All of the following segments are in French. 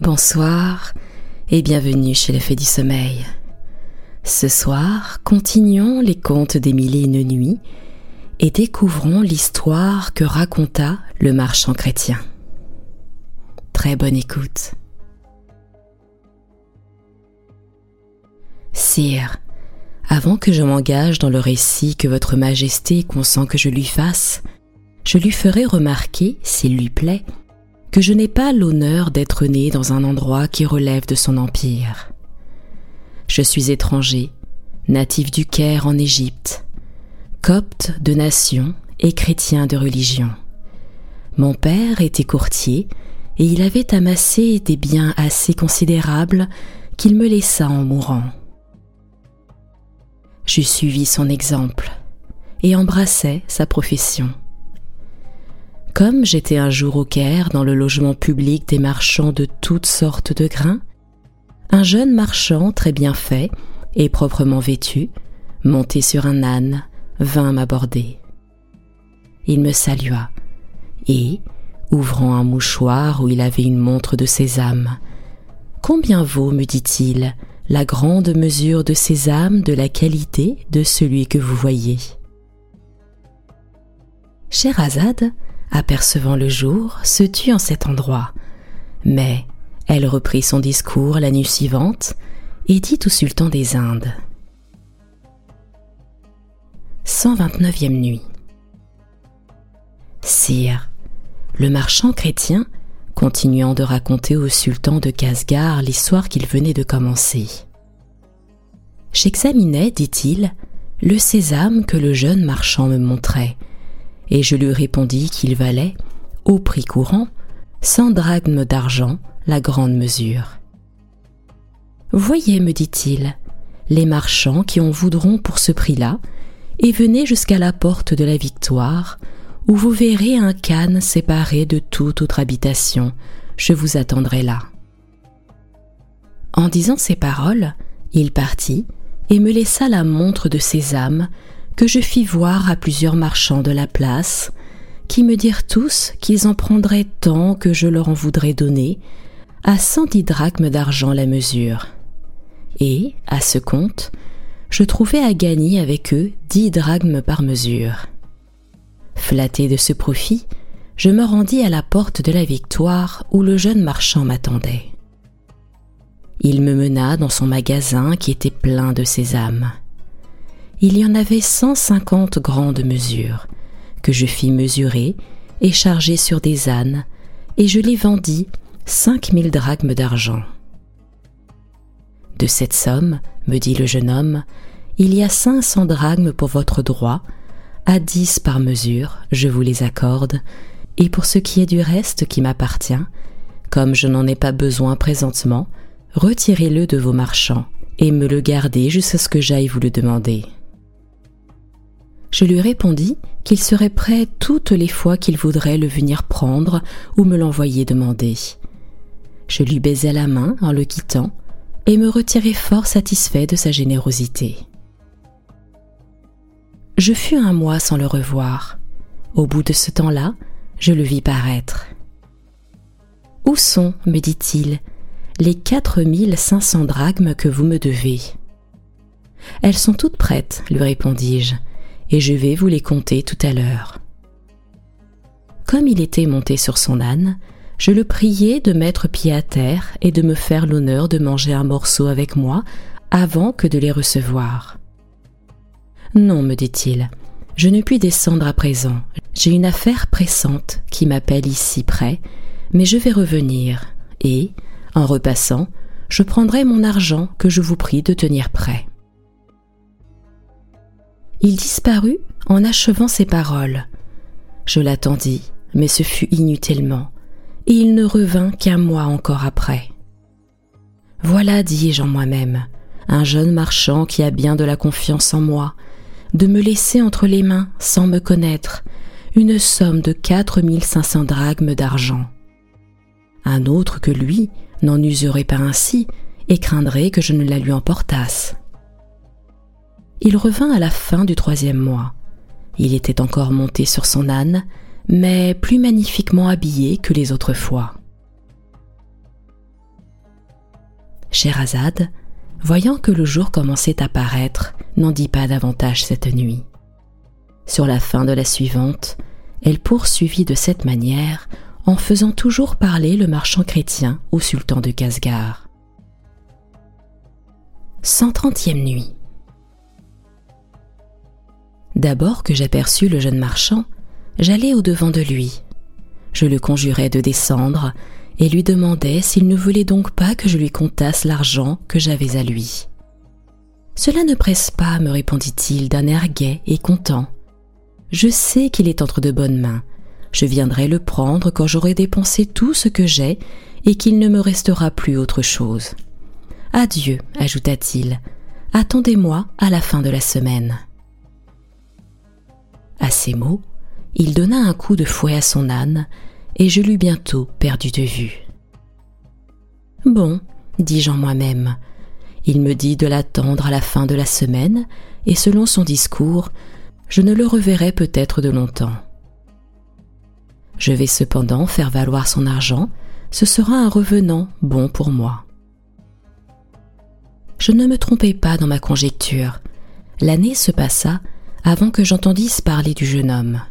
Bonsoir et bienvenue chez le Fée du Sommeil. Ce soir, continuons les contes des Mille et une nuits et découvrons l'histoire que raconta le marchand chrétien. Très bonne écoute. Sire, avant que je m'engage dans le récit que votre majesté consent que je lui fasse, je lui ferai remarquer, s'il lui plaît, que je n'ai pas l'honneur d'être né dans un endroit qui relève de son empire. Je suis étranger, natif du Caire en Égypte, copte de nation et chrétien de religion. Mon père était courtier et il avait amassé des biens assez considérables qu'il me laissa en mourant. J'eus suivi son exemple et embrassai sa profession. Comme j'étais un jour au Caire dans le logement public des marchands de toutes sortes de grains, un jeune marchand très bien fait et proprement vêtu, monté sur un âne, vint m'aborder. Il me salua et, ouvrant un mouchoir où il avait une montre de sésame, « Combien vaut, me dit-il, la grande mesure de sésame de la qualité de celui que vous voyez ?» Scheherazade, apercevant le jour, se tut en cet endroit, mais elle reprit son discours la nuit suivante et dit au sultan des Indes. 129e nuit. Sire, le marchand chrétien, continuant de raconter au sultan de Casgar l'histoire qu'il venait de commencer. J'examinais, dit-il, le sésame que le jeune marchand me montrait, et je lui répondis qu'il valait, au prix courant, 100 drachmes d'argent, la grande mesure. « Voyez, me dit-il, les marchands qui en voudront pour ce prix-là, et venez jusqu'à la porte de la Victoire, où vous verrez un khan séparé de toute autre habitation. Je vous attendrai là. » En disant ces paroles, il partit et me laissa la montre de sésame que je fis voir à plusieurs marchands de la place, qui me dirent tous qu'ils en prendraient tant que je leur en voudrais donner, à 110 drachmes d'argent la mesure. Et, à ce compte, je trouvais à gagner avec eux 10 drachmes par mesure. Flatté de ce profit, je me rendis à la porte de la Victoire où le jeune marchand m'attendait. Il me mena dans son magasin qui était plein de sésame. Il y en avait 150 grandes mesures, que je fis mesurer et charger sur des ânes, et je les vendis 5000 drachmes d'argent. De cette somme, me dit le jeune homme, il y a 500 drachmes pour votre droit, à 10 par mesure, je vous les accorde, et pour ce qui est du reste qui m'appartient, comme je n'en ai pas besoin présentement, retirez-le de vos marchands, et me le gardez jusqu'à ce que j'aille vous le demander. Je lui répondis qu'il serait prêt toutes les fois qu'il voudrait le venir prendre ou me l'envoyer demander. Je lui baisai la main en le quittant et me retirai fort satisfait de sa générosité. Je fus un mois sans le revoir. Au bout de ce temps-là, je le vis paraître. « Où sont, me dit-il, les 4500 drachmes que vous me devez ?»« Elles sont toutes prêtes, lui répondis-je, et je vais vous les compter tout à l'heure. » Comme il était monté sur son âne, je le priai de mettre pied à terre et de me faire l'honneur de manger un morceau avec moi avant que de les recevoir. « Non, me dit-il, je ne puis descendre à présent. J'ai une affaire pressante qui m'appelle ici près, mais je vais revenir et, en repassant, je prendrai mon argent que je vous prie de tenir prêt. » Il disparut en achevant ces paroles. Je l'attendis, mais ce fut inutilement, et il ne revint qu'un mois encore après. « Voilà, dis-je en moi-même, un jeune marchand qui a bien de la confiance en moi, de me laisser entre les mains, sans me connaître, une somme de 4500 drachmes d'argent. Un autre que lui n'en userait pas ainsi et craindrait que je ne la lui emportasse. » Il revint à la fin du 3e mois. Il était encore monté sur son âne, mais plus magnifiquement habillé que les autres fois. Scheherazade, voyant que le jour commençait à paraître, n'en dit pas davantage cette nuit. Sur la fin de la suivante, elle poursuivit de cette manière en faisant toujours parler le marchand chrétien au sultan de Casgar. 130e nuit. D'abord que j'aperçus le jeune marchand, j'allai au-devant de lui. Je le conjurai de descendre et lui demandai s'il ne voulait donc pas que je lui comptasse l'argent que j'avais à lui. « Cela ne presse pas, me répondit-il d'un air gai et content. Je sais qu'il est entre de bonnes mains. Je viendrai le prendre quand j'aurai dépensé tout ce que j'ai et qu'il ne me restera plus autre chose. Adieu, ajouta-t-il. Attendez-moi à la fin de la semaine. » À ces mots, il donna un coup de fouet à son âne et je l'eus bientôt perdu de vue. « Bon, dis-je en moi-même, il me dit de l'attendre à la fin de la semaine et selon son discours, je ne le reverrai peut-être de longtemps. Je vais cependant faire valoir son argent, ce sera un revenant bon pour moi. » Je ne me trompais pas dans ma conjecture. L'année se passa avant que j'entendisse parler du jeune homme.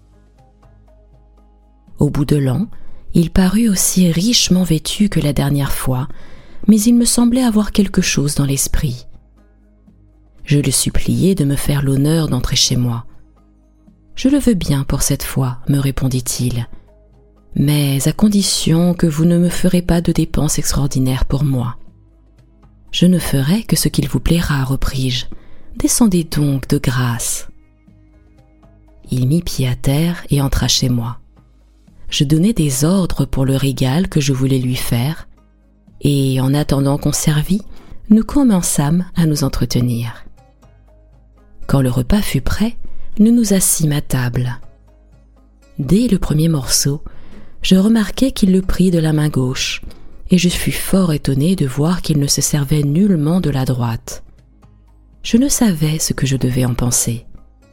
Au bout de l'an, il parut aussi richement vêtu que la dernière fois, mais il me semblait avoir quelque chose dans l'esprit. Je le suppliai de me faire l'honneur d'entrer chez moi. « Je le veux bien pour cette fois, me répondit-il, mais à condition que vous ne me ferez pas de dépenses extraordinaires pour moi. »« Je ne ferai que ce qu'il vous plaira, repris-je. Descendez donc de grâce. » Il mit pied à terre et entra chez moi. Je donnai des ordres pour le régal que je voulais lui faire, et en attendant qu'on servît, nous commençâmes à nous entretenir. Quand le repas fut prêt, nous nous assîmes à table. Dès le premier morceau, je remarquai qu'il le prit de la main gauche, et je fus fort étonné de voir qu'il ne se servait nullement de la droite. Je ne savais ce que je devais en penser.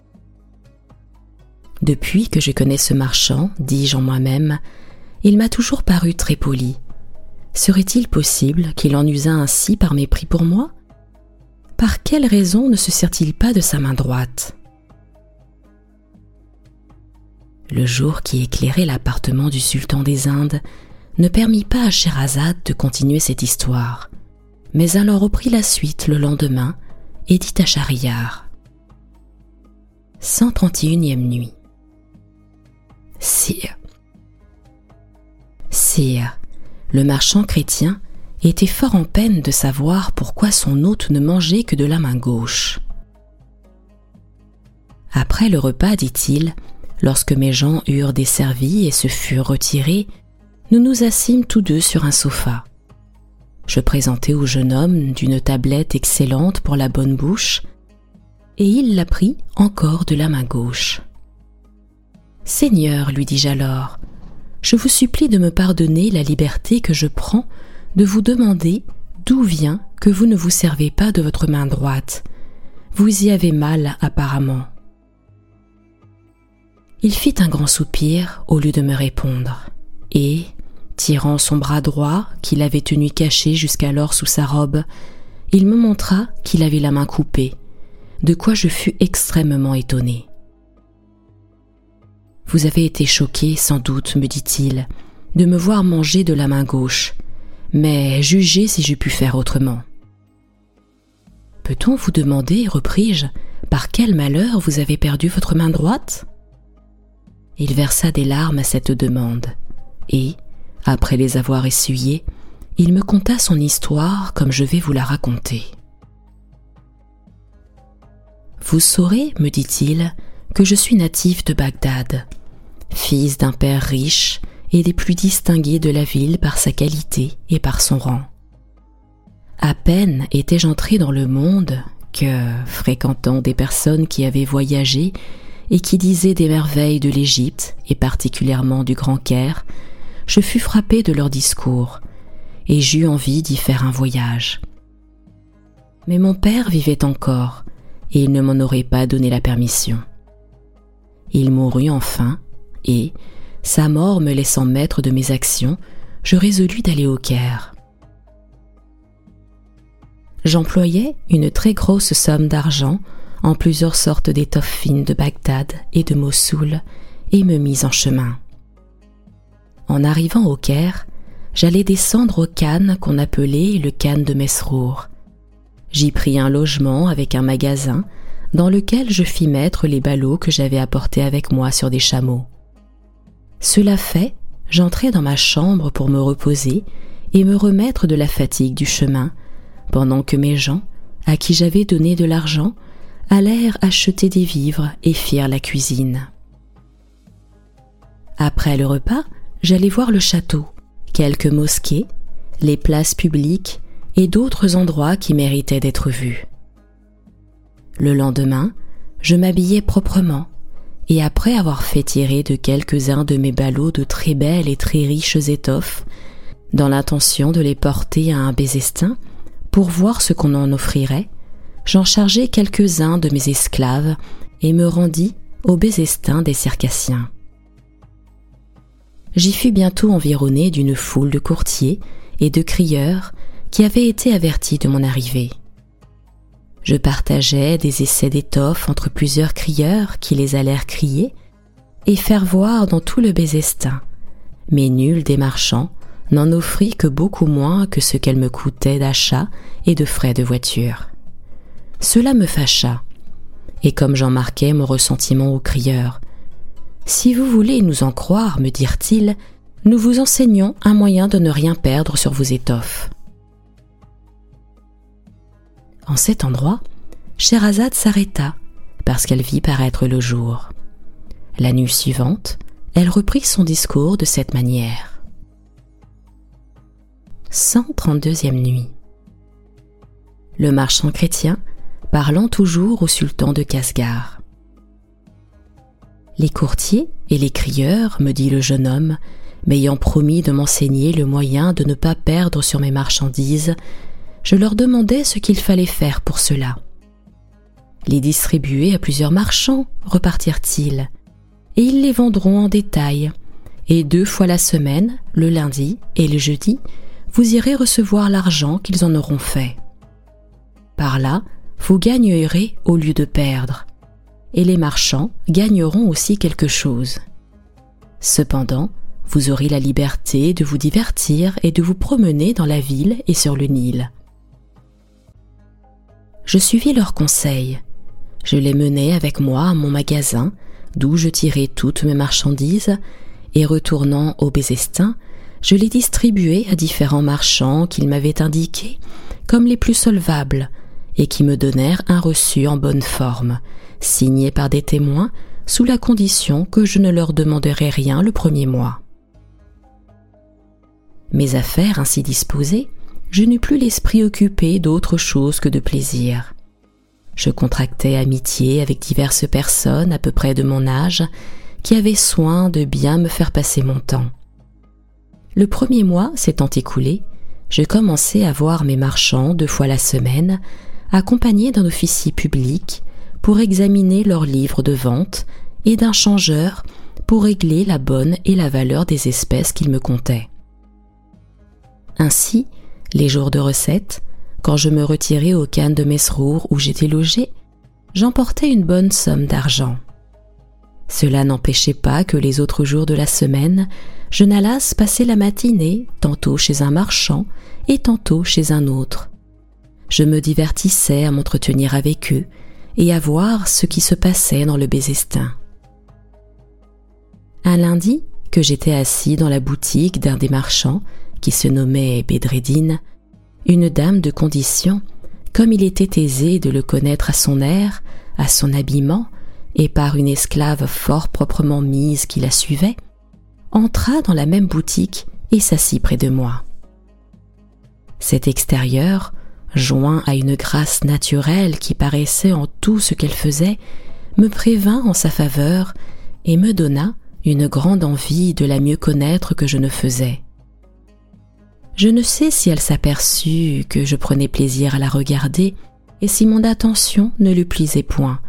Depuis que je connais ce marchand, dis-je en moi-même, il m'a toujours paru très poli. Serait-il possible qu'il en usât ainsi par mépris pour moi ? Par quelle raison ne se sert-il pas de sa main droite ? Le jour qui éclairait l'appartement du sultan des Indes ne permit pas à Scheherazade de continuer cette histoire, mais elle en reprit la suite le lendemain et dit à Schahriar. 131e nuit. Sire, le marchand chrétien était fort en peine de savoir pourquoi son hôte ne mangeait que de la main gauche. Après le repas, dit-il, lorsque mes gens eurent desservi et se furent retirés, nous nous assîmes tous deux sur un sofa. Je présentai au jeune homme d'une tablette excellente pour la bonne bouche, et il la prit encore de la main gauche. « Seigneur, lui dis-je alors, je vous supplie de me pardonner la liberté que je prends de vous demander d'où vient que vous ne vous servez pas de votre main droite. Vous y avez mal apparemment. » Il fit un grand soupir au lieu de me répondre, et, tirant son bras droit qu'il avait tenu caché jusqu'alors sous sa robe, il me montra qu'il avait la main coupée, de quoi je fus extrêmement étonné. « Vous avez été choqué, sans doute, me dit-il, de me voir manger de la main gauche, mais jugez si j'eus pu faire autrement. »« Peut-on vous demander, repris-je, par quel malheur vous avez perdu votre main droite ?» Il versa des larmes à cette demande, et, après les avoir essuyées, il me conta son histoire comme je vais vous la raconter. « Vous saurez, me dit-il, que je suis natif de Bagdad, fils d'un père riche et des plus distingués de la ville par sa qualité et par son rang. À peine étais-je entré dans le monde que, fréquentant des personnes qui avaient voyagé et qui disaient des merveilles de l'Égypte et particulièrement du Grand Caire, je fus frappé de leurs discours et j'eus envie d'y faire un voyage. Mais mon père vivait encore et il ne m'en aurait pas donné la permission. Il mourut enfin et, sa mort me laissant maître de mes actions, je résolus d'aller au Caire. j'employais une très grosse somme d'argent en plusieurs sortes d'étoffes fines de Bagdad et de Mossoul et me mis en chemin. En arrivant au Caire, j'allais descendre au khan qu'on appelait le khan de Mesrour. J'y pris un logement avec un magasin dans lequel je fis mettre les ballots que j'avais apportés avec moi sur des chameaux. Cela fait, j'entrai dans ma chambre pour me reposer et me remettre de la fatigue du chemin, pendant que mes gens, à qui j'avais donné de l'argent, allèrent acheter des vivres et firent la cuisine. Après le repas, j'allai voir le château, quelques mosquées, les places publiques et d'autres endroits qui méritaient d'être vus. Le lendemain, je m'habillai proprement, et après avoir fait tirer de quelques-uns de mes ballots de très belles et très riches étoffes, dans l'intention de les porter à un Bezestin, pour voir ce qu'on en offrirait, j'en chargeai quelques-uns de mes esclaves et me rendis au Bezestin des Circassiens. J'y fus bientôt environné d'une foule de courtiers et de crieurs qui avaient été avertis de mon arrivée. Je partageai des essais d'étoffes entre plusieurs crieurs qui les allèrent crier et faire voir dans tout le Bezestin, mais nul des marchands n'en offrit que beaucoup moins que ce qu'elle me coûtait d'achat et de frais de voiture. Cela me fâcha, et comme j'en marquais mon ressentiment aux crieurs, « Si vous voulez nous en croire, me dirent-ils, nous vous enseignons un moyen de ne rien perdre sur vos étoffes. » En cet endroit, Scheherazade s'arrêta, parce qu'elle vit paraître le jour. La nuit suivante, elle reprit son discours de cette manière. 132e nuit. Le marchand chrétien, parlant toujours au sultan de Casgar. Les courtiers et les crieurs, me dit le jeune homme, m'ayant promis de m'enseigner le moyen de ne pas perdre sur mes marchandises, je leur demandai ce qu'il fallait faire pour cela. Les distribuer à plusieurs marchands, repartirent-ils, et ils les vendront en détail, et 2 fois la semaine, le lundi et le jeudi, vous irez recevoir l'argent qu'ils en auront fait. Par là, vous gagnerez au lieu de perdre, et les marchands gagneront aussi quelque chose. Cependant, vous aurez la liberté de vous divertir et de vous promener dans la ville et sur le Nil. Je suivis leurs conseils. Je les menai avec moi à mon magasin, d'où je tirai toutes mes marchandises, et retournant au Bezestin, je les distribuai à différents marchands qu'ils m'avaient indiqués comme les plus solvables, et qui me donnèrent un reçu en bonne forme, signé par des témoins, sous la condition que je ne leur demanderais rien le premier mois. Mes affaires ainsi disposées, je n'eus plus l'esprit occupé d'autre chose que de plaisir. Je contractai amitié avec diverses personnes à peu près de mon âge, qui avaient soin de bien me faire passer mon temps. Le premier mois s'étant écoulé, je commençai à voir mes marchands 2 fois la semaine, accompagnés d'un officier public pour examiner leurs livres de vente et d'un changeur pour régler la bonne et la valeur des espèces qu'ils me comptaient. Ainsi, les jours de recette, quand je me retirai au khan de Mesrour où j'étais logé, j'emportai une bonne somme d'argent. Cela n'empêchait pas que les autres jours de la semaine, je n'allasse passer la matinée tantôt chez un marchand et tantôt chez un autre. Je me divertissais à m'entretenir avec eux et à voir ce qui se passait dans le Bezestin. Un lundi, que j'étais assis dans la boutique d'un des marchands, qui se nommait Bedreddin, une dame de condition, comme il était aisé de le connaître à son air, à son habillement, et par une esclave fort proprement mise qui la suivait, entra dans la même boutique et s'assit près de moi. Cet extérieur, joint à une grâce naturelle qui paraissait en tout ce qu'elle faisait, me prévint en sa faveur et me donna une grande envie de la mieux connaître que je ne faisais. Je ne sais si elle s'aperçut que je prenais plaisir à la regarder et si mon attention ne lui plaisait point.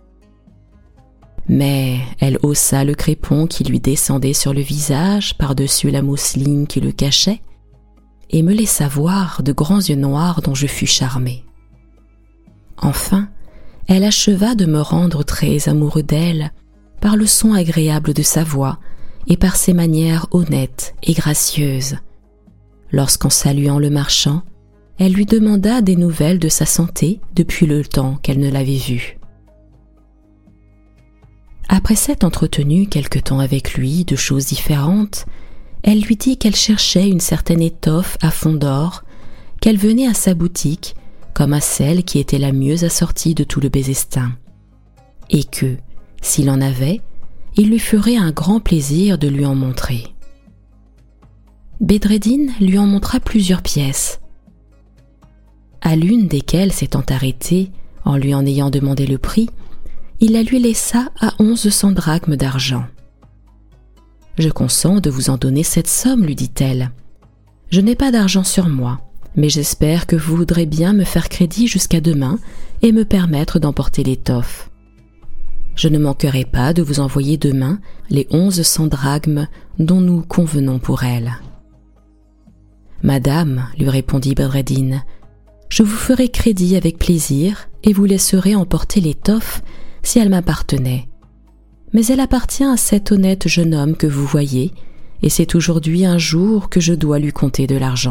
Mais elle haussa le crépon qui lui descendait sur le visage par-dessus la mousseline qui le cachait et me laissa voir de grands yeux noirs dont je fus charmé. Enfin, elle acheva de me rendre très amoureux d'elle par le son agréable de sa voix et par ses manières honnêtes et gracieuses. Lorsqu'en saluant le marchand, elle lui demanda des nouvelles de sa santé depuis le temps qu'elle ne l'avait vu. Après s'être entretenue quelque temps avec lui de choses différentes, elle lui dit qu'elle cherchait une certaine étoffe à fond d'or, qu'elle venait à sa boutique comme à celle qui était la mieux assortie de tout le Bezestin, et que, s'il en avait, il lui ferait un grand plaisir de lui en montrer. Bedreddin lui en montra plusieurs pièces, à l'une desquelles s'étant arrêté en lui en ayant demandé le prix, il la lui laissa à 1100 drachmes d'argent. « Je consens de vous en donner cette somme, lui dit-elle. Je n'ai pas d'argent sur moi, mais j'espère que vous voudrez bien me faire crédit jusqu'à demain et me permettre d'emporter l'étoffe. Je ne manquerai pas de vous envoyer demain les 1100 drachmes dont nous convenons pour elle. »« Madame, lui répondit Bedreddin, je vous ferai crédit avec plaisir et vous laisserai emporter l'étoffe si elle m'appartenait. Mais elle appartient à cet honnête jeune homme que vous voyez, et c'est aujourd'hui un jour que je dois lui compter de l'argent. »«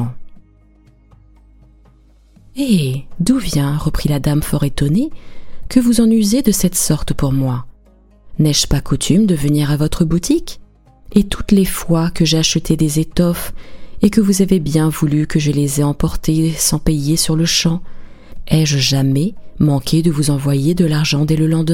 Eh, d'où vient, reprit la dame fort étonnée, que vous en usez de cette sorte pour moi? N'ai-je pas coutume de venir à votre boutique? Et toutes les fois que j'ai acheté des étoffes et que vous avez bien voulu que je les ai emportées sans payer sur le champ, ai-je jamais manqué de vous envoyer de l'argent dès le lendemain? »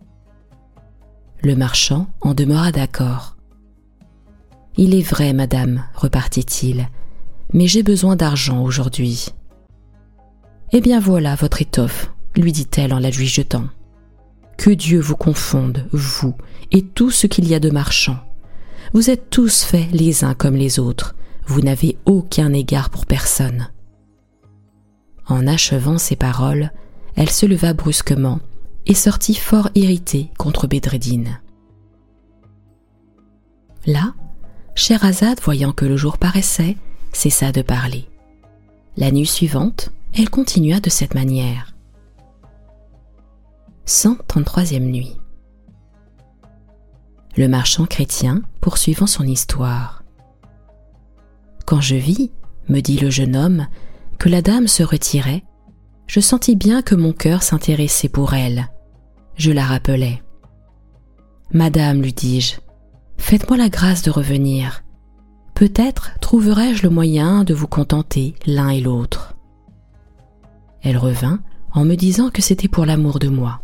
Le marchand en demeura d'accord. « Il est vrai, madame, repartit-il, mais j'ai besoin d'argent aujourd'hui. »« Eh bien voilà votre étoffe, lui dit-elle en la lui jetant. Que Dieu vous confonde, vous, et tout ce qu'il y a de marchands. Vous êtes tous faits les uns comme les autres, vous n'avez aucun égard pour personne. » En achevant ces paroles, elle se leva brusquement et sortit fort irritée contre Bedreddin. Là, Scheherazade, voyant que le jour paraissait, cessa de parler. La nuit suivante, elle continua de cette manière. 133e nuit. Le marchand chrétien poursuivant son histoire. Quand je vis, me dit le jeune homme, que la dame se retirait, je sentis bien que mon cœur s'intéressait pour elle. Je la rappelai. « Madame, lui dis-je, faites-moi la grâce de revenir. Peut-être trouverai-je le moyen de vous contenter l'un et l'autre. » Elle revint en me disant que c'était pour l'amour de moi.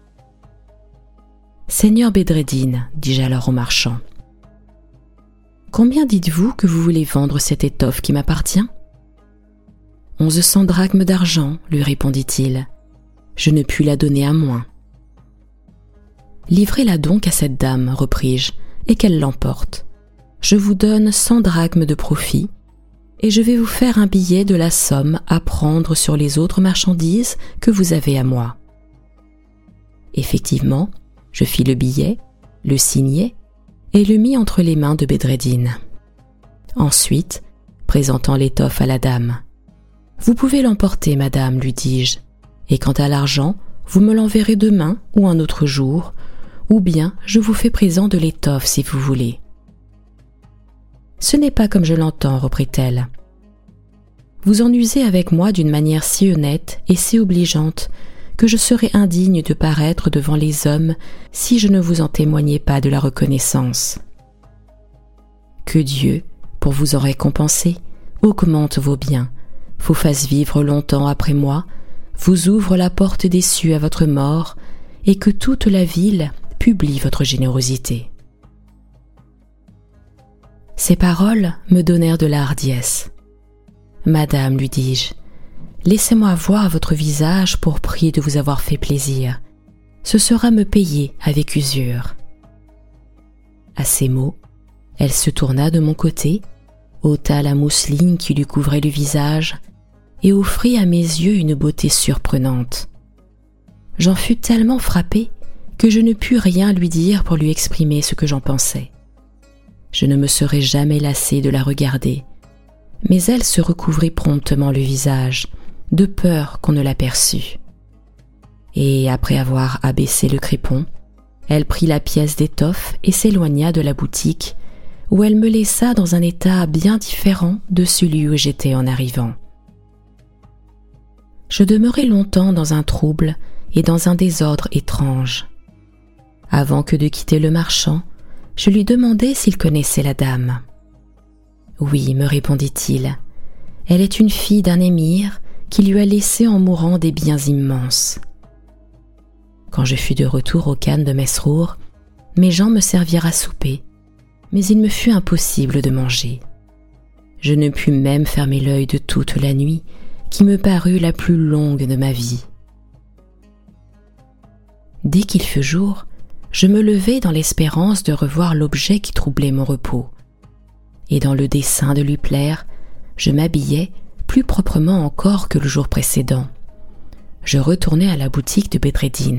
« Seigneur Bedreddin, dis-je alors au marchand, combien dites-vous que vous voulez vendre cette étoffe qui m'appartient ? » 1100 drachmes d'argent, lui répondit-il. Je ne puis la donner à moins. Livrez-la donc à cette dame, repris-je, et qu'elle l'emporte. Je vous donne 100 drachmes de profit, et je vais vous faire un billet de la somme à prendre sur les autres marchandises que vous avez à moi. Effectivement, je fis le billet, le signai, et le mis entre les mains de Bedreddin. Ensuite, présentant l'étoffe à la dame, « Vous pouvez l'emporter, madame, lui dis-je, et quant à l'argent, vous me l'enverrez demain ou un autre jour, ou bien je vous fais présent de l'étoffe si vous voulez. »« Ce n'est pas comme je l'entends, reprit-elle. Vous en usez avec moi d'une manière si honnête et si obligeante que je serais indigne de paraître devant les hommes si je ne vous en témoignais pas de la reconnaissance. Que Dieu, pour vous en récompenser, augmente vos biens, vous fasse vivre longtemps après moi, vous ouvre la porte des cieux à votre mort, et que toute la ville publie votre générosité. » Ces paroles me donnèrent de la hardiesse. « Madame, lui dis-je, laissez-moi voir votre visage pour prix de vous avoir fait plaisir. Ce sera me payer avec usure. » À ces mots, elle se tourna de mon côté, ôta la mousseline qui lui couvrait le visage et offrit à mes yeux une beauté surprenante. J'en fus tellement frappé que je ne pus rien lui dire pour lui exprimer ce que j'en pensais. Je ne me serais jamais lassé de la regarder, mais elle se recouvrit promptement le visage, de peur qu'on ne l'aperçût. et après avoir abaissé le crépon, elle prit la pièce d'étoffe et s'éloigna de la boutique, où elle me laissa dans un état bien différent de celui où j'étais en arrivant. Je demeurai longtemps dans un trouble et dans un désordre étrange. Avant que de quitter le marchand, je lui demandai s'il connaissait la dame. « Oui, me répondit-il, elle est une fille d'un émir qui lui a laissé en mourant des biens immenses. » Quand je fus de retour au khan de Mesrour, mes gens me servirent à souper, mais il me fut impossible de manger. Je ne pus même fermer l'œil de toute la nuit, qui me parut la plus longue de ma vie. Dès qu'il fut jour, je me levai dans l'espérance de revoir l'objet qui troublait mon repos. Et dans le dessein de lui plaire, je m'habillai plus proprement encore que le jour précédent. Je retournai à la boutique de Bedreddin.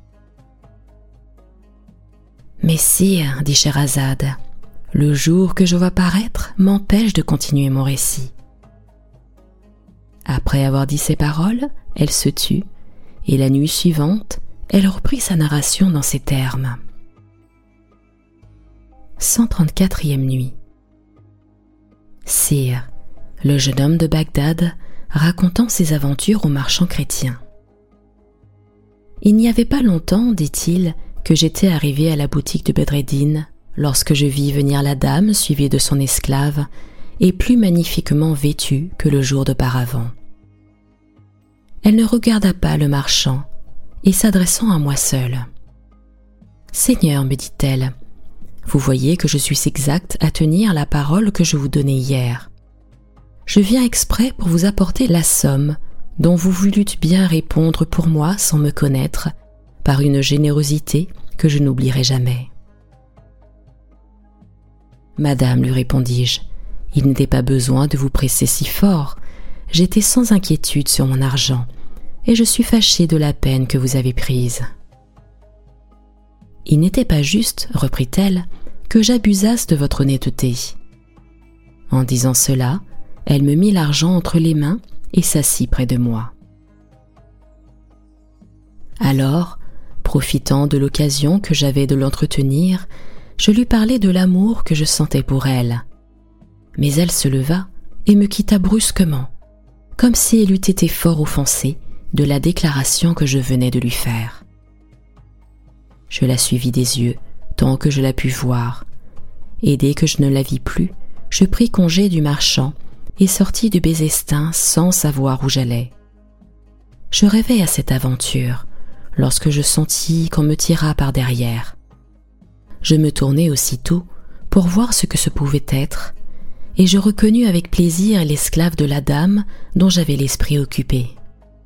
« Mais sire, dit Scheherazade, le jour que je vois paraître m'empêche de continuer mon récit. » Après avoir dit ces paroles, elle se tut, et la nuit suivante, elle reprit sa narration dans ces termes. 134e nuit. Sire, le jeune homme de Bagdad racontant ses aventures aux marchands chrétiens. Il n'y avait pas longtemps, dit-il, que j'étais arrivé à la boutique de Bedreddin, lorsque je vis venir la dame suivie de son esclave et plus magnifiquement vêtue que le jour d'auparavant. Elle ne regarda pas le marchand et s'adressant à moi seule. « Seigneur, me dit-elle, vous voyez que je suis exacte à tenir la parole que je vous donnai hier. Je viens exprès pour vous apporter la somme dont vous voulûtes bien répondre pour moi sans me connaître, par une générosité que je n'oublierai jamais. » « Madame, lui répondis-je, il n'était pas besoin de vous presser si fort. J'étais sans inquiétude sur mon argent, et je suis fâchée de la peine que vous avez prise. » « Il n'était pas juste, reprit-elle, que j'abusasse de votre honnêteté. » En disant cela, elle me mit l'argent entre les mains et s'assit près de moi. Alors, profitant de l'occasion que j'avais de l'entretenir, je lui parlai de l'amour que je sentais pour elle. Mais elle se leva et me quitta brusquement, comme si elle eût été fort offensée de la déclaration que je venais de lui faire. Je la suivis des yeux, tant que je la pus voir, et dès que je ne la vis plus, je pris congé du marchand et sortis du Bezestin sans savoir où j'allais. Je rêvais à cette aventure, lorsque je sentis qu'on me tira par derrière. Je me tournai aussitôt pour voir ce que ce pouvait être, et je reconnus avec plaisir l'esclave de la dame dont j'avais l'esprit occupé.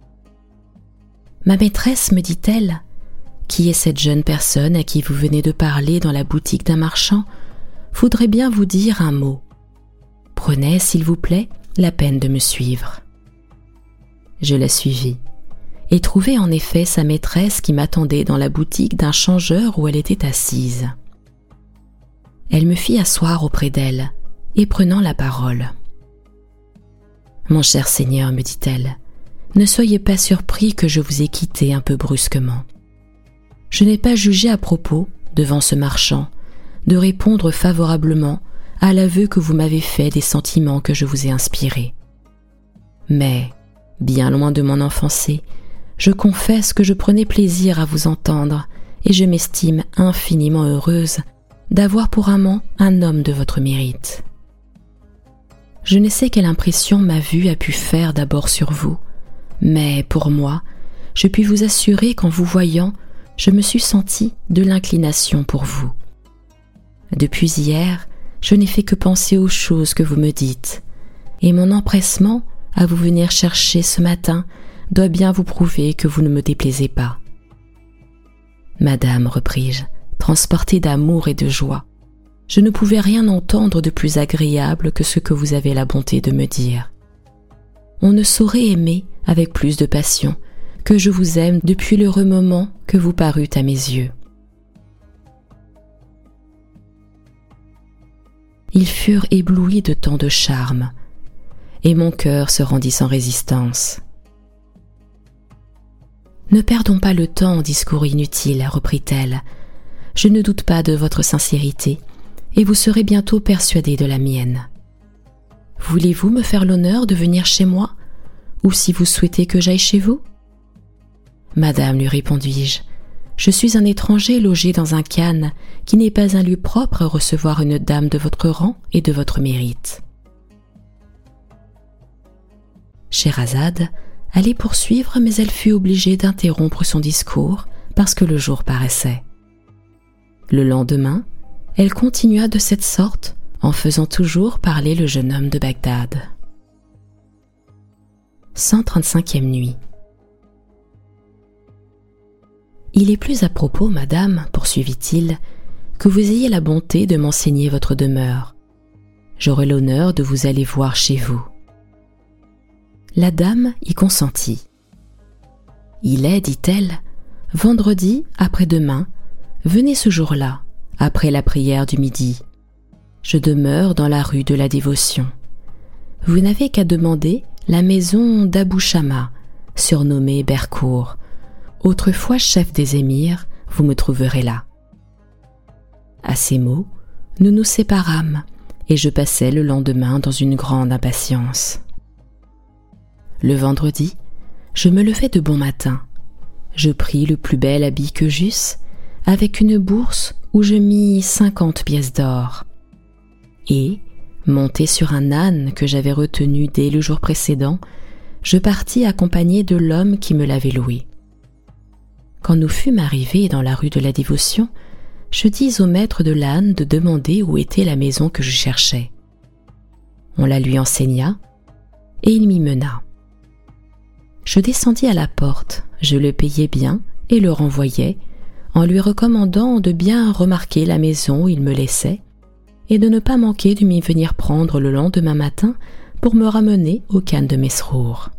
« Ma maîtresse, me dit-elle, qui est cette jeune personne à qui vous venez de parler dans la boutique d'un marchand, voudrait bien vous dire un mot. Prenez, s'il vous plaît, la peine de me suivre. » Je la suivis, et trouvai en effet sa maîtresse qui m'attendait dans la boutique d'un changeur où elle était assise. Elle me fit asseoir auprès d'elle, et prenant la parole. « Mon cher Seigneur, me dit-elle, ne soyez pas surpris que je vous ai quitté un peu brusquement. Je n'ai pas jugé à propos, devant ce marchand, de répondre favorablement à l'aveu que vous m'avez fait des sentiments que je vous ai inspirés. Mais, bien loin de m'en offenser, je confesse que je prenais plaisir à vous entendre et je m'estime infiniment heureuse d'avoir pour amant un homme de votre mérite. Je ne sais quelle impression ma vue a pu faire d'abord sur vous, mais pour moi, je puis vous assurer qu'en vous voyant, je me suis sentie de l'inclination pour vous. Depuis hier, je n'ai fait que penser aux choses que vous me dites, et mon empressement à vous venir chercher ce matin doit bien vous prouver que vous ne me déplaisez pas. Madame, repris-je, transportée d'amour et de joie, je ne pouvais rien entendre de plus agréable que ce que vous avez la bonté de me dire. On ne saurait aimer avec plus de passion que je vous aime depuis l'heureux moment que vous parûtes à mes yeux. Ils furent éblouis de tant de charme, et mon cœur se rendit sans résistance. « Ne perdons pas le temps en discours inutiles, reprit-elle. Je ne doute pas de votre sincérité, et vous serez bientôt persuadé de la mienne. Voulez-vous me faire l'honneur de venir chez moi, ou si vous souhaitez que j'aille chez vous ?»« Madame, lui répondis-je, je suis un étranger logé dans un khan qui n'est pas un lieu propre à recevoir une dame de votre rang et de votre mérite. » Scheherazade allait poursuivre, mais elle fut obligée d'interrompre son discours parce que le jour paraissait. Le lendemain, elle continua de cette sorte en faisant toujours parler le jeune homme de Bagdad. 135e nuit. Il est plus à propos, madame, poursuivit-il, que vous ayez la bonté de m'enseigner votre demeure. J'aurai l'honneur de vous aller voir chez vous. La dame y consentit. Il est, dit-elle, vendredi après-demain, venez ce jour-là, après la prière du midi. Je demeure dans la rue de la Dévotion. Vous n'avez qu'à demander la maison d'Abou Shama, surnommée Bercourt. Autrefois chef des émirs, vous me trouverez là. À ces mots, nous nous séparâmes, et je passai le lendemain dans une grande impatience. Le vendredi, je me levai de bon matin. Je pris le plus bel habit que j'eusse, avec une bourse où je mis 50 pièces d'or. Et, monté sur un âne que j'avais retenu dès le jour précédent, je partis accompagné de l'homme qui me l'avait loué. Quand nous fûmes arrivés dans la rue de la Dévotion, je dis au maître de l'âne de demander où était la maison que je cherchais. On la lui enseigna, et il m'y mena. Je descendis à la porte, je le payai bien et le renvoyai, en lui recommandant de bien remarquer la maison où il me laissait et de ne pas manquer de m'y venir prendre le lendemain matin pour me ramener au khan de Mesrour.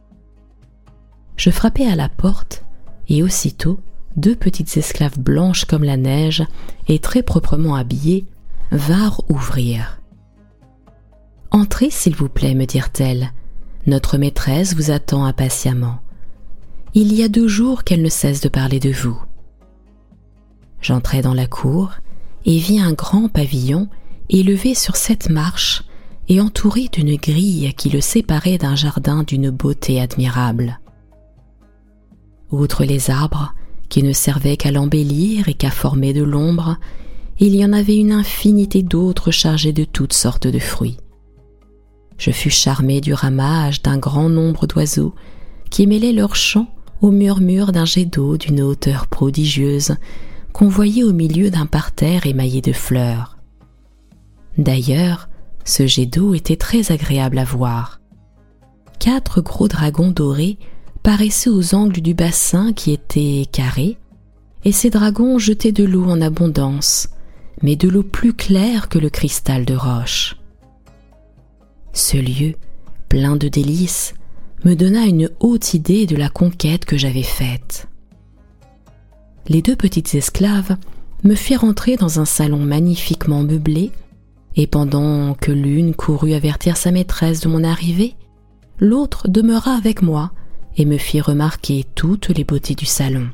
Je frappai à la porte et aussitôt 2 petites esclaves blanches comme la neige et très proprement habillées vinrent ouvrir. « Entrez, s'il vous plaît, me dirent-elles. Notre maîtresse vous attend impatiemment. Il y a 2 jours qu'elle ne cesse de parler de vous. » J'entrai dans la cour et vis un grand pavillon élevé sur 7 marches et entouré d'une grille qui le séparait d'un jardin d'une beauté admirable. Outre les arbres, qui ne servaient qu'à l'embellir et qu'à former de l'ombre, il y en avait une infinité d'autres chargées de toutes sortes de fruits. Je fus charmé du ramage d'un grand nombre d'oiseaux qui mêlaient leur chant au murmure d'un jet d'eau d'une hauteur prodigieuse qu'on voyait au milieu d'un parterre émaillé de fleurs. D'ailleurs, ce jet d'eau était très agréable à voir. 4 gros dragons dorés paraissaient aux angles du bassin qui était carré, et ces dragons jetaient de l'eau en abondance, mais de l'eau plus claire que le cristal de roche. Ce lieu, plein de délices, me donna une haute idée de la conquête que j'avais faite. Les 2 petites esclaves me firent entrer dans un salon magnifiquement meublé, et pendant que l'une courut avertir sa maîtresse de mon arrivée, l'autre demeura avec moi et me fit remarquer toutes les beautés du salon.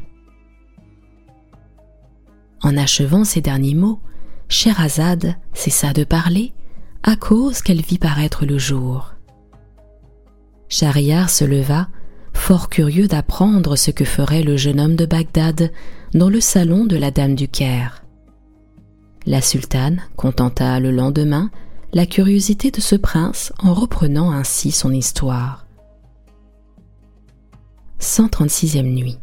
En achevant ces derniers mots, Scheherazade cessa de parler à cause qu'elle vit paraître le jour. Schahriar se leva, fort curieux d'apprendre ce que ferait le jeune homme de Bagdad dans le salon de la dame du Caire. La sultane contenta le lendemain la curiosité de ce prince en reprenant ainsi son histoire. 136e nuit.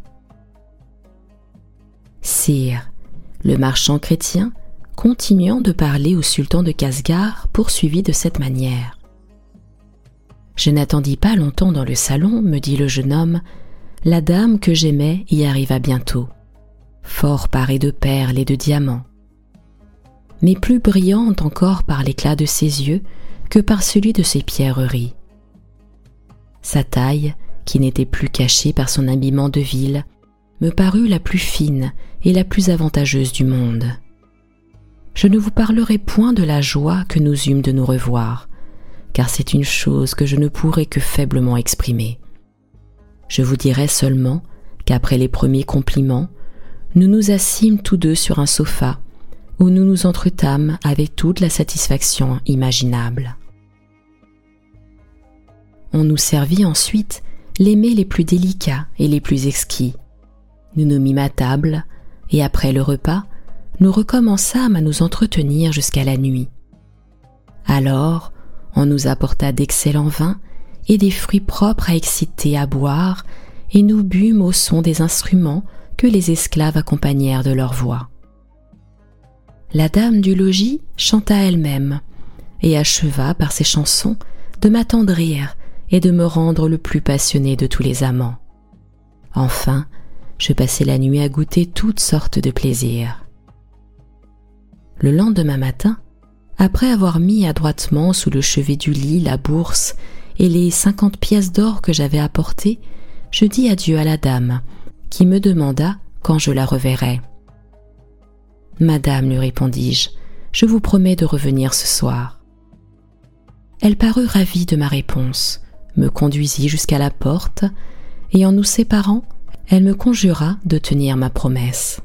Sire, le marchand chrétien, continuant de parler au sultan de Casgar, poursuivit de cette manière. Je n'attendis pas longtemps dans le salon, me dit le jeune homme, la dame que j'aimais y arriva bientôt, fort parée de perles et de diamants, mais plus brillante encore par l'éclat de ses yeux que par celui de ses pierreries. Sa taille, qui n'était plus cachée par son habillement de ville, me parut la plus fine et la plus avantageuse du monde. Je ne vous parlerai point de la joie que nous eûmes de nous revoir, car c'est une chose que je ne pourrai que faiblement exprimer. Je vous dirai seulement qu'après les premiers compliments, nous nous assîmes tous deux sur un sofa où nous nous entretâmes avec toute la satisfaction imaginable. On nous servit ensuite les mets les plus délicats et les plus exquis. Nous nous mîmes à table et après le repas, nous recommençâmes à nous entretenir jusqu'à la nuit. Alors, on nous apporta d'excellents vins et des fruits propres à exciter à boire et nous bûmes au son des instruments que les esclaves accompagnèrent de leur voix. La dame du logis chanta elle-même et acheva par ses chansons de m'attendrir et de me rendre le plus passionné de tous les amants. Enfin, je passai la nuit à goûter toutes sortes de plaisirs. Le lendemain matin, après avoir mis adroitement sous le chevet du lit la bourse et les 50 pièces d'or que j'avais apportées, je dis adieu à la dame, qui me demanda quand je la reverrais. « Madame, lui répondis-je, je vous promets de revenir ce soir. » Elle parut ravie de ma réponse, me conduisit jusqu'à la porte, et en nous séparant, elle me conjura de tenir ma promesse.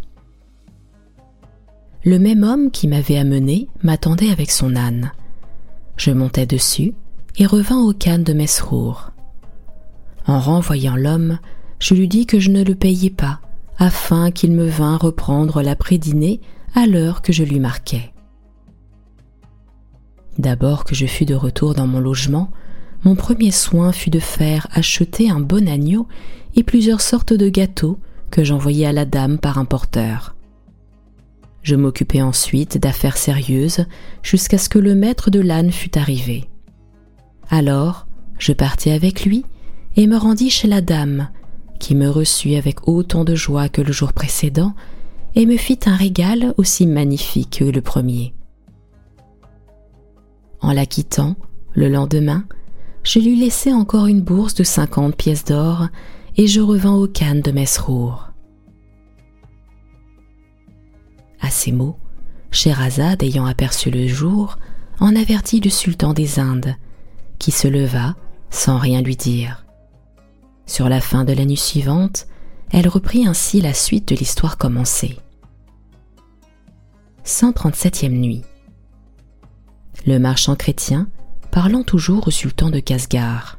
Le même homme qui m'avait amené m'attendait avec son âne. Je montai dessus et revins au khan de Mesrour. En renvoyant l'homme, je lui dis que je ne le payais pas, afin qu'il me vînt reprendre l'après-dîner à l'heure que je lui marquais. D'abord que je fus de retour dans mon logement, mon premier soin fut de faire acheter un bon agneau et plusieurs sortes de gâteaux que j'envoyai à la dame par un porteur. Je m'occupai ensuite d'affaires sérieuses jusqu'à ce que le maître de l'âne fût arrivé. Alors, je partis avec lui et me rendis chez la dame, qui me reçut avec autant de joie que le jour précédent et me fit un régal aussi magnifique que le premier. En la quittant, le lendemain, je lui laissai encore une bourse de 50 pièces d'or et je revins au khan de Mesrour. À ces mots, Scheherazade, ayant aperçu le jour, en avertit le sultan des Indes, qui se leva sans rien lui dire. Sur la fin de la nuit suivante, elle reprit ainsi la suite de l'histoire commencée. 137e nuit. Le marchand chrétien, parlant toujours au sultan de Casgar.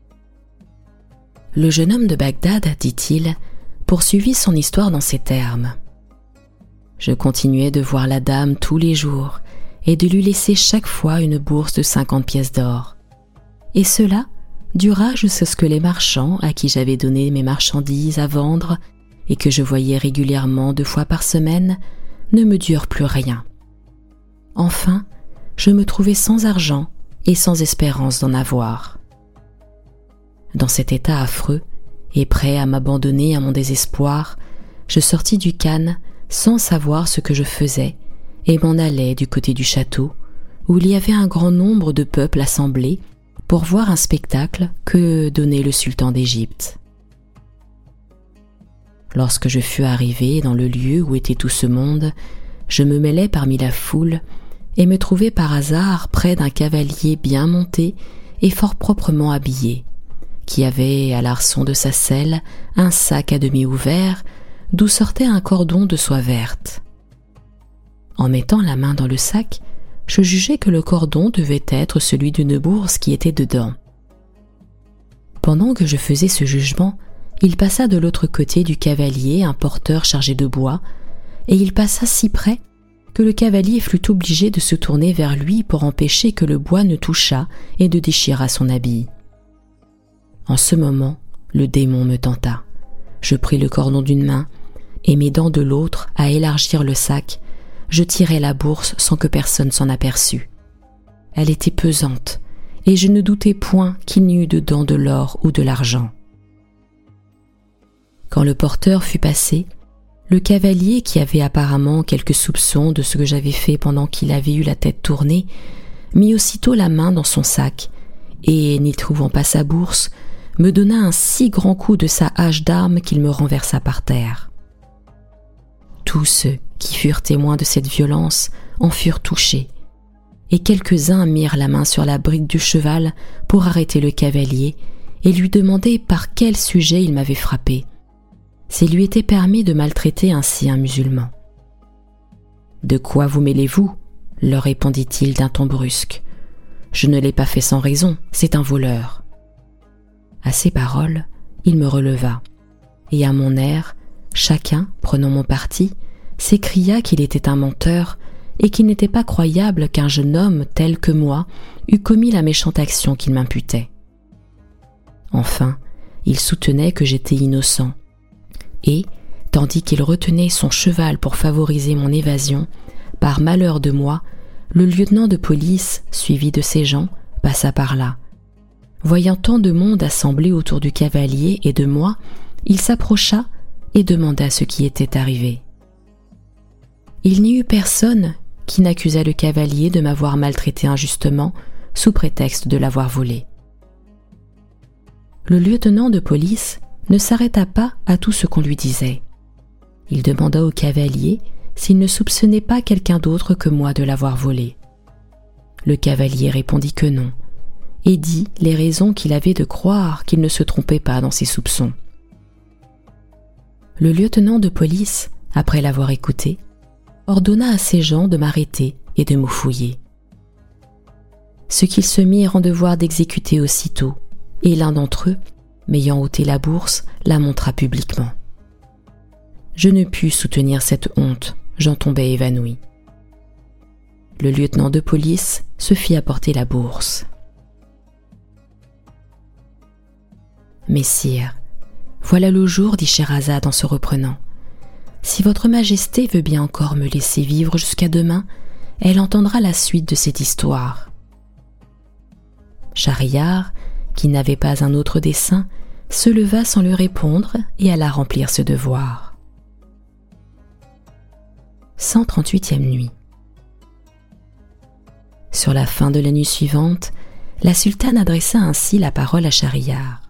Le jeune homme de Bagdad, dit-il, poursuivit son histoire dans ces termes. Je continuais de voir la dame tous les jours et de lui laisser chaque fois une bourse de 50 pièces d'or. Et cela dura jusqu'à ce que les marchands à qui j'avais donné mes marchandises à vendre et que je voyais régulièrement 2 fois par semaine ne me durent plus rien. Enfin, je me trouvais sans argent et sans espérance d'en avoir. Dans cet état affreux et prêt à m'abandonner à mon désespoir, je sortis du khan sans savoir ce que je faisais et m'en allai du côté du château où il y avait un grand nombre de peuple assemblé pour voir un spectacle que donnait le sultan d'Égypte. Lorsque je fus arrivé dans le lieu où était tout ce monde, je me mêlai parmi la foule et me trouvai par hasard près d'un cavalier bien monté et fort proprement habillé, qui avait à l'arçon de sa selle un sac à demi ouvert d'où sortait un cordon de soie verte. En mettant la main dans le sac, je jugeai que le cordon devait être celui d'une bourse qui était dedans. Pendant que je faisais ce jugement, il passa de l'autre côté du cavalier un porteur chargé de bois, et il passa si près que le cavalier fut obligé de se tourner vers lui pour empêcher que le bois ne touchât et ne déchirât son habit. En ce moment, le démon me tenta. Je pris le cordon d'une main, et m'aidant de l'autre à élargir le sac, je tirai la bourse sans que personne s'en aperçût. Elle était pesante, et je ne doutais point qu'il n'y eût dedans de l'or ou de l'argent. Quand le porteur fut passé, le cavalier, qui avait apparemment quelques soupçons de ce que j'avais fait pendant qu'il avait eu la tête tournée, mit aussitôt la main dans son sac, et, n'y trouvant pas sa bourse, me donna un si grand coup de sa hache d'arme qu'il me renversa par terre. Tous ceux qui furent témoins de cette violence en furent touchés, et quelques-uns mirent la main sur la bride du cheval pour arrêter le cavalier et lui demander par quel sujet il m'avait frappé. s'il lui était permis de maltraiter ainsi un musulman. « De quoi vous mêlez-vous » leur répondit-il d'un ton brusque. « Je ne l'ai pas fait sans raison, c'est un voleur. » À ces paroles, il me releva, et à mon air, chacun, prenant mon parti, s'écria qu'il était un menteur et qu'il n'était pas croyable qu'un jeune homme tel que moi eût commis la méchante action qu'il m'imputait. Enfin, il soutenait que j'étais innocent, et, tandis qu'il retenait son cheval pour favoriser mon évasion, par malheur de moi, le lieutenant de police, suivi de ses gens, passa par là. Voyant tant de monde assemblé autour du cavalier et de moi, il s'approcha et demanda ce qui était arrivé. Il n'y eut personne qui n'accusât le cavalier de m'avoir maltraité injustement sous prétexte de l'avoir volé. Le lieutenant de police ne s'arrêta pas à tout ce qu'on lui disait. Il demanda au cavalier s'il ne soupçonnait pas quelqu'un d'autre que moi de l'avoir volé. Le cavalier répondit que non, et dit les raisons qu'il avait de croire qu'il ne se trompait pas dans ses soupçons. Le lieutenant de police, après l'avoir écouté, ordonna à ses gens de m'arrêter et de me fouiller. Ce qu'ils se mirent en devoir d'exécuter aussitôt, et l'un d'entre eux, m'ayant ôté la bourse, la montra publiquement. Je ne pus soutenir cette honte, j'en tombais évanoui. Le lieutenant de police se fit apporter la bourse. « Messire, voilà le jour, dit Scheherazade en se reprenant. Si votre majesté veut bien encore me laisser vivre jusqu'à demain, elle entendra la suite de cette histoire. » Schahriar, qui n'avait pas un autre dessein, se leva sans lui répondre et alla remplir ce devoir. 138e nuit. Sur la fin de la nuit suivante, la sultane adressa ainsi la parole à Schahriar.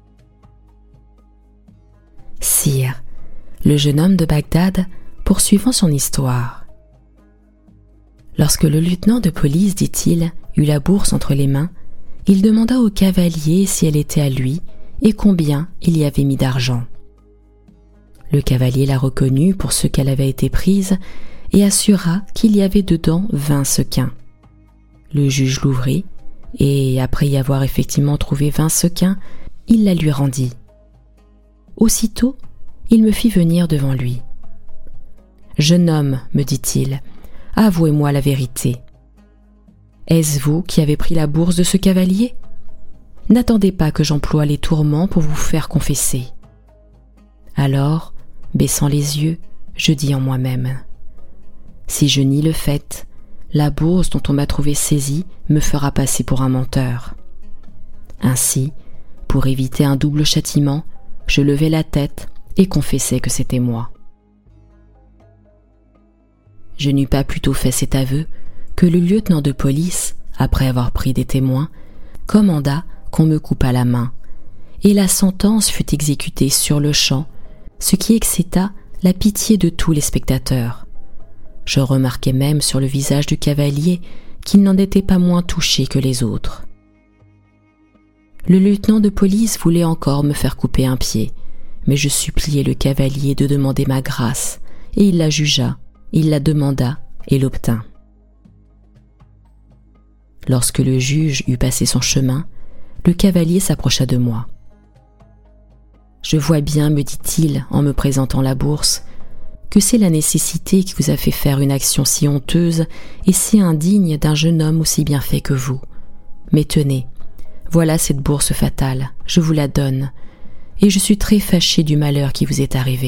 « Sire, le jeune homme de Bagdad, poursuivant son histoire. Lorsque le lieutenant de police, dit-il, eut la bourse entre les mains, il demanda au cavalier si elle était à lui et combien il y avait mis d'argent. Le cavalier la reconnut pour ce qu'elle avait été prise et assura qu'il y avait dedans 20 sequins. Le juge l'ouvrit et, après y avoir effectivement trouvé 20 sequins, il la lui rendit. Aussitôt, il me fit venir devant lui. « Jeune homme, me dit-il, avouez-moi la vérité. Est-ce vous qui avez pris la bourse de ce cavalier ? N'attendez pas que j'emploie les tourments pour vous faire confesser. » Alors, baissant les yeux, je dis en moi-même : « Si je nie le fait, la bourse dont on m'a trouvé saisie me fera passer pour un menteur. » Ainsi, pour éviter un double châtiment, je levai la tête et confessai que c'était moi. Je n'eus pas plutôt fait cet aveu que le lieutenant de police, après avoir pris des témoins, commanda qu'on me coupât la main, et la sentence fut exécutée sur-le-champ, ce qui excita la pitié de tous les spectateurs. Je remarquai même sur le visage du cavalier qu'il n'en était pas moins touché que les autres. Le lieutenant de police voulait encore me faire couper un pied, mais je suppliai le cavalier de demander ma grâce, et il la jugea, il la demanda et l'obtint. Lorsque le juge eut passé son chemin, le cavalier s'approcha de moi. « Je vois bien, me dit-il en me présentant la bourse, que c'est la nécessité qui vous a fait faire une action si honteuse et si indigne d'un jeune homme aussi bien fait que vous. Mais tenez, voilà cette bourse fatale, je vous la donne, et je suis très fâché du malheur qui vous est arrivé. »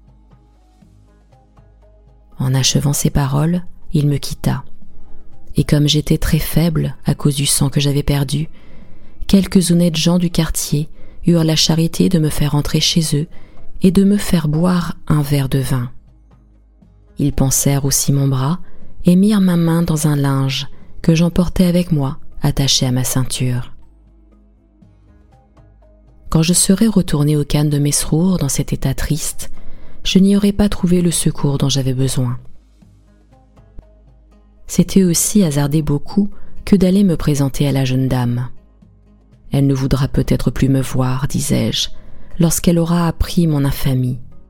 En achevant ces paroles, il me quitta. Et comme j'étais très faible à cause du sang que j'avais perdu, quelques honnêtes gens du quartier eurent la charité de me faire entrer chez eux et de me faire boire un verre de vin. Ils pansèrent aussi mon bras et mirent ma main dans un linge que j'emportais avec moi, attaché à ma ceinture. Quand je serais retourné au Khan de Mesrour dans cet état triste, je n'y aurais pas trouvé le secours dont j'avais besoin. C'était aussi hasarder beaucoup que d'aller me présenter à la jeune dame. Elle ne voudra peut-être plus me voir, disais-je, lorsqu'elle aura appris mon infamie,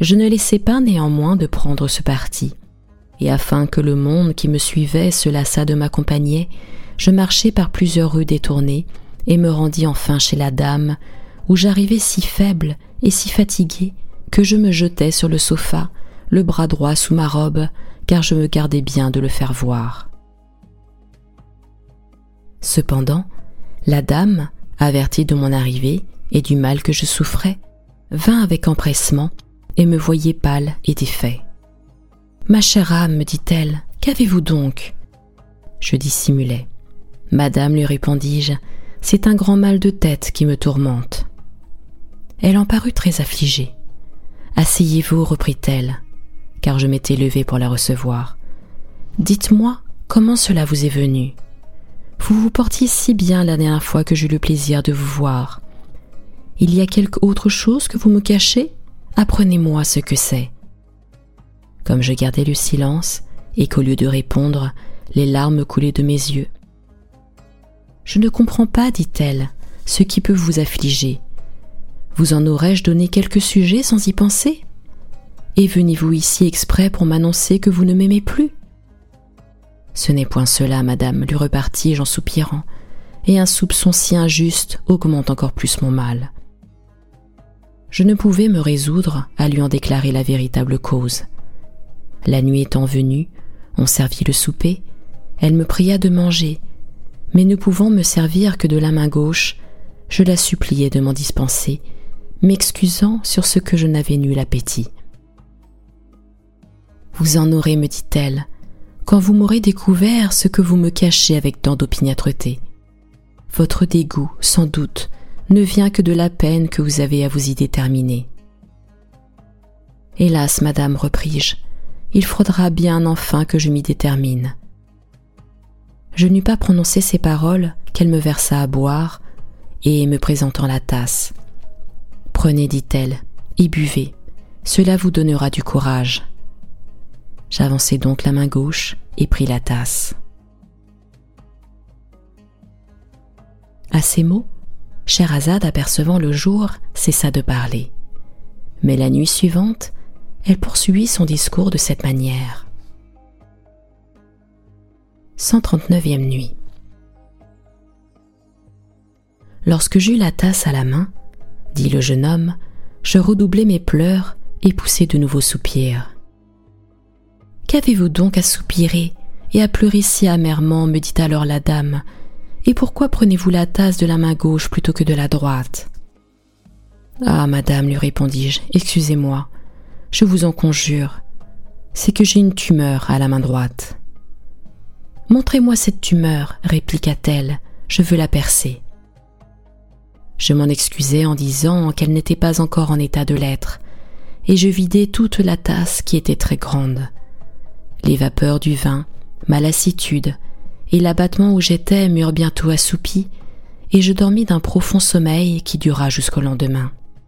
Je ne laissai pas néanmoins de prendre ce parti, et afin que le monde qui me suivait se lassât de m'accompagner, je marchai par plusieurs rues détournées et me rendis enfin chez la dame, où j'arrivai si faible et si fatigué que je me jetai sur le sofa, le bras droit sous ma robe, car je me gardais bien de le faire voir. Cependant, la dame, avertie de mon arrivée et du mal que je souffrais, vint avec empressement et me voyait pâle et défait. « Ma chère âme, me dit-elle, qu'avez-vous donc ?» Je dissimulai. « Madame, lui répondis-je, c'est un grand mal de tête qui me tourmente. » Elle en parut très affligée. « Asseyez-vous, reprit-elle, car je m'étais levé pour la recevoir. Dites-moi comment cela vous est venu. Vous vous portiez si bien la dernière fois que j'eus le plaisir de vous voir. Il y a quelque autre chose que vous me cachez ? Apprenez-moi ce que c'est. » Comme je gardais le silence et qu'au lieu de répondre, les larmes coulaient de mes yeux. « Je ne comprends pas, dit-elle, ce qui peut vous affliger. Vous en aurais-je donné quelques sujets sans y penser ? Et venez-vous ici exprès pour m'annoncer que vous ne m'aimez plus ? » « Ce n'est point cela, madame, lui repartis-je en soupirant, et un soupçon si injuste augmente encore plus mon mal. Je ne pouvais me résoudre à lui en déclarer la véritable cause. La nuit étant venue, on servit le souper, elle me pria de manger, mais ne pouvant me servir que de la main gauche, je la suppliai de m'en dispenser, m'excusant sur ce que je n'avais nul appétit. « Vous en aurez, me dit-elle, quand vous m'aurez découvert ce que vous me cachez avec tant d'opiniâtreté. Votre dégoût, sans doute, ne vient que de la peine que vous avez à vous y déterminer. » « Hélas, madame, repris-je, il faudra bien enfin que je m'y détermine. » Je n'eus pas prononcé ces paroles qu'elle me versa à boire, et me présentant la tasse. « Prenez, dit-elle, et buvez, cela vous donnera du courage. » J'avançai donc la main gauche et pris la tasse. À ces mots, Scheherazade, apercevant le jour, cessa de parler. Mais la nuit suivante, elle poursuivit son discours de cette manière. 139e nuit. Lorsque j'eus la tasse à la main, dit le jeune homme, je redoublai mes pleurs et poussai de nouveaux soupirs. « Qu'avez-vous donc à soupirer et à pleurer si amèrement ?» me dit alors la dame. « Et pourquoi prenez-vous la tasse de la main gauche plutôt que de la droite ?»« Ah, madame, lui répondis-je, excusez-moi, je vous en conjure, c'est que j'ai une tumeur à la main droite. »« Montrez-moi cette tumeur, répliqua-t-elle, je veux la percer. » Je m'en excusai en disant qu'elle n'était pas encore en état de l'être, et je vidai toute la tasse qui était très grande. Les vapeurs du vin, ma lassitude et l'abattement où j'étais m'eurent bientôt assoupi, et je dormis d'un profond sommeil qui dura jusqu'au lendemain.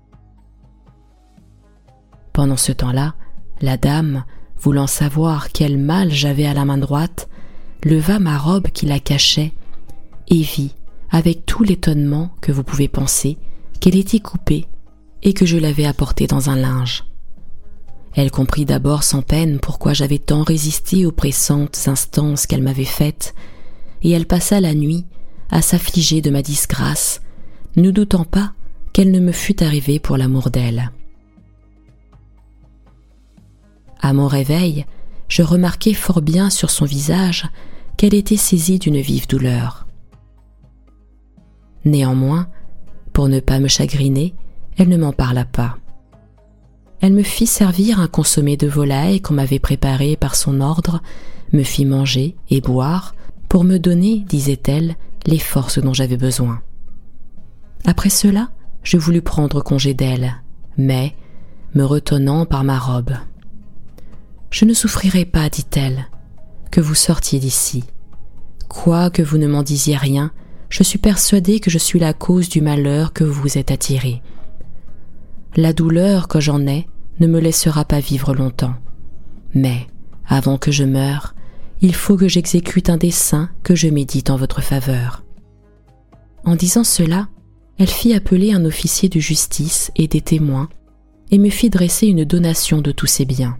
Pendant ce temps-là, la dame, voulant savoir quel mal j'avais à la main droite, leva ma robe qui la cachait et vit, avec tout l'étonnement que vous pouvez penser, qu'elle était coupée et que je l'avais apportée dans un linge. Elle comprit d'abord sans peine pourquoi j'avais tant résisté aux pressantes instances qu'elle m'avait faites, et elle passa la nuit à s'affliger de ma disgrâce, ne doutant pas qu'elle ne me fût arrivée pour l'amour d'elle. À mon réveil, je remarquai fort bien sur son visage qu'elle était saisie d'une vive douleur. Néanmoins, pour ne pas me chagriner, elle ne m'en parla pas. Elle me fit servir un consommé de volaille qu'on m'avait préparé par son ordre, me fit manger et boire pour me donner, disait-elle, les forces dont j'avais besoin. Après cela, je voulus prendre congé d'elle, mais, me retenant par ma robe. « Je ne souffrirai pas, dit-elle, que vous sortiez d'ici. Quoique vous ne m'en disiez rien, je suis persuadée que je suis la cause du malheur que vous vous êtes attiré. La douleur que j'en ai ne me laissera pas vivre longtemps. Mais, avant que je meure, il faut que j'exécute un dessein que je médite en votre faveur. » En disant cela, elle fit appeler un officier de justice et des témoins, et me fit dresser une donation de tous ses biens.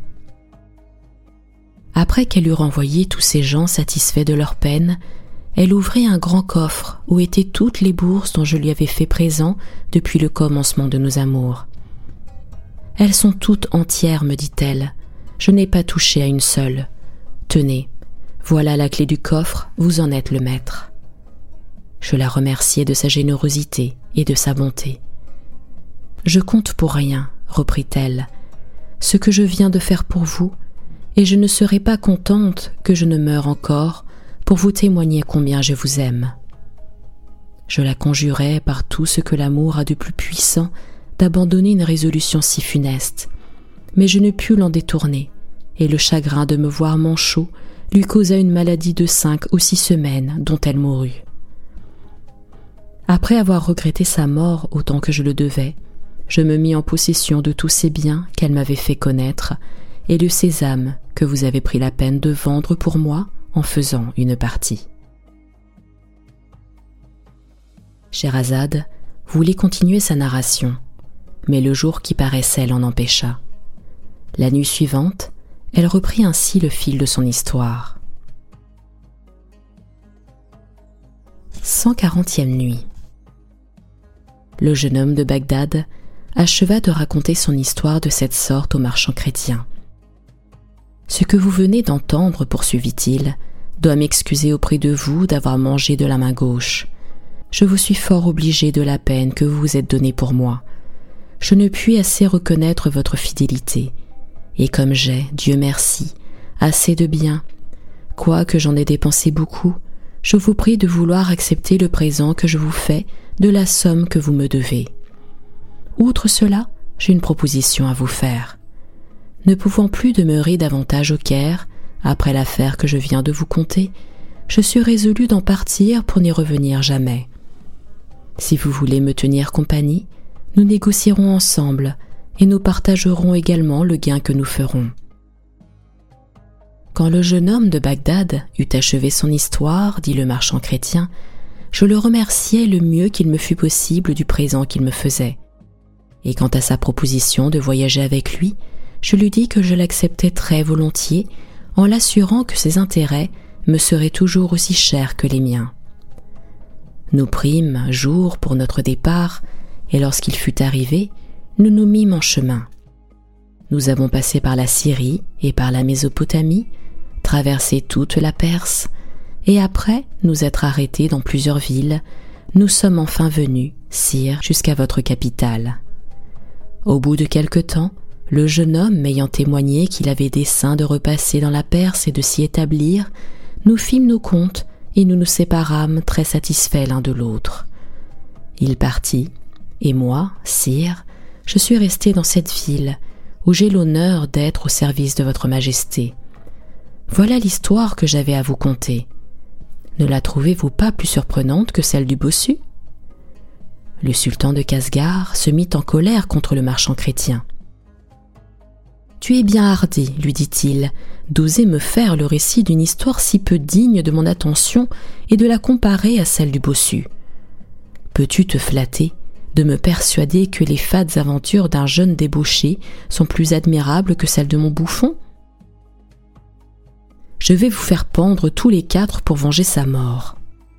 Après qu'elle eut renvoyé tous ces gens satisfaits de leur peine, elle ouvrit un grand coffre où étaient toutes les bourses dont je lui avais fait présent depuis le commencement de nos amours. « Elles sont toutes entières, me dit-elle. Je n'ai pas touché à une seule. Tenez, voilà la clé du coffre, vous en êtes le maître. » Je la remerciai de sa générosité et de sa bonté. « Je compte pour rien, reprit-elle, ce que je viens de faire pour vous, et je ne serai pas contente que je ne meure encore pour vous témoigner combien je vous aime. » Je la conjurai par tout ce que l'amour a de plus puissant d'abandonner une résolution si funeste, mais je ne pus l'en détourner, et le chagrin de me voir manchot lui causa une maladie de 5 ou 6 semaines dont elle mourut. Après avoir regretté sa mort autant que je le devais, je me mis en possession de tous ces biens qu'elle m'avait fait connaître et le sésame que vous avez pris la peine de vendre pour moi en faisant une partie. Scheherazade voulait continuer sa narration, mais le jour qui paraissait l'en empêcha. La nuit suivante, elle reprit ainsi le fil de son histoire. 140e nuit. Le jeune homme de Bagdad acheva de raconter son histoire de cette sorte au marchand chrétien. « Ce que vous venez d'entendre, poursuivit-il, doit m'excuser auprès de vous d'avoir mangé de la main gauche. Je vous suis fort obligé de la peine que vous vous êtes donnée pour moi. Je ne puis assez reconnaître votre fidélité, et comme j'ai, Dieu merci, assez de biens, quoique j'en ai dépensé beaucoup, je vous prie de vouloir accepter le présent que je vous fais de la somme que vous me devez. Outre cela, j'ai une proposition à vous faire. Ne pouvant plus demeurer davantage au Caire, après l'affaire que je viens de vous conter, je suis résolu d'en partir pour n'y revenir jamais. Si vous voulez me tenir compagnie, nous négocierons ensemble et nous partagerons également le gain que nous ferons. » Quand le jeune homme de Bagdad eut achevé son histoire, dit le marchand chrétien, je le remerciai le mieux qu'il me fut possible du présent qu'il me faisait. Et quant à sa proposition de voyager avec lui, je lui dis que je l'acceptais très volontiers, en l'assurant que ses intérêts me seraient toujours aussi chers que les miens. Nous prîmes jour pour notre départ, et lorsqu'il fut arrivé, nous nous mîmes en chemin. Nous avons passé par la Syrie et par la Mésopotamie, traversé toute la Perse, et après nous être arrêtés dans plusieurs villes, nous sommes enfin venus, sire, jusqu'à votre capitale. Au bout de quelque temps, le jeune homme m'ayant témoigné qu'il avait dessein de repasser dans la Perse et de s'y établir, nous fîmes nos comptes et nous nous séparâmes très satisfaits l'un de l'autre. Il partit, et moi, sire, je suis resté dans cette ville, où j'ai l'honneur d'être au service de votre majesté. Voilà l'histoire que j'avais à vous conter. Ne la trouvez-vous pas plus surprenante que celle du bossu ? Le sultan de Casgar se mit en colère contre le marchand chrétien. « Tu es bien hardi, lui dit-il, d'oser me faire le récit d'une histoire si peu digne de mon attention et de la comparer à celle du bossu. Peux-tu te flatter de me persuader que les fades aventures d'un jeune débauché sont plus admirables que celles de mon bouffon ? Je vais vous faire pendre tous les 4 pour venger sa mort. »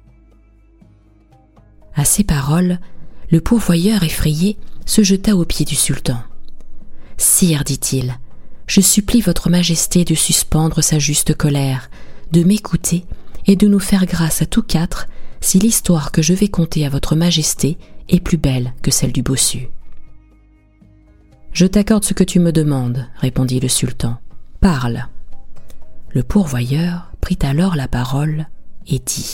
À ces paroles, le pourvoyeur effrayé se jeta aux pieds du sultan. « Sire, dit-il, je supplie votre majesté de suspendre sa juste colère, de m'écouter et de nous faire grâce à tous 4 si l'histoire que je vais conter à votre majesté est plus belle que celle du bossu. »« Je t'accorde ce que tu me demandes, répondit le sultan. Parle. » Le pourvoyeur prit alors la parole et dit :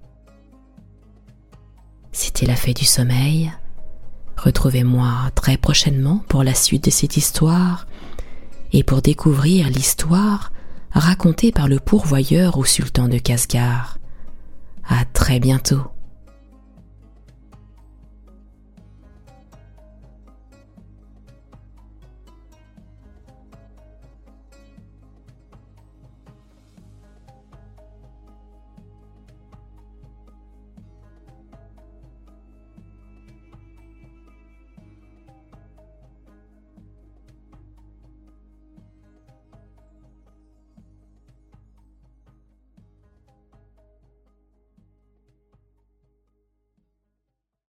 « C'était la fée du sommeil. Retrouvez-moi très prochainement pour la suite de cette histoire et pour découvrir l'histoire racontée par le pourvoyeur au sultan de Casgar. À très bientôt.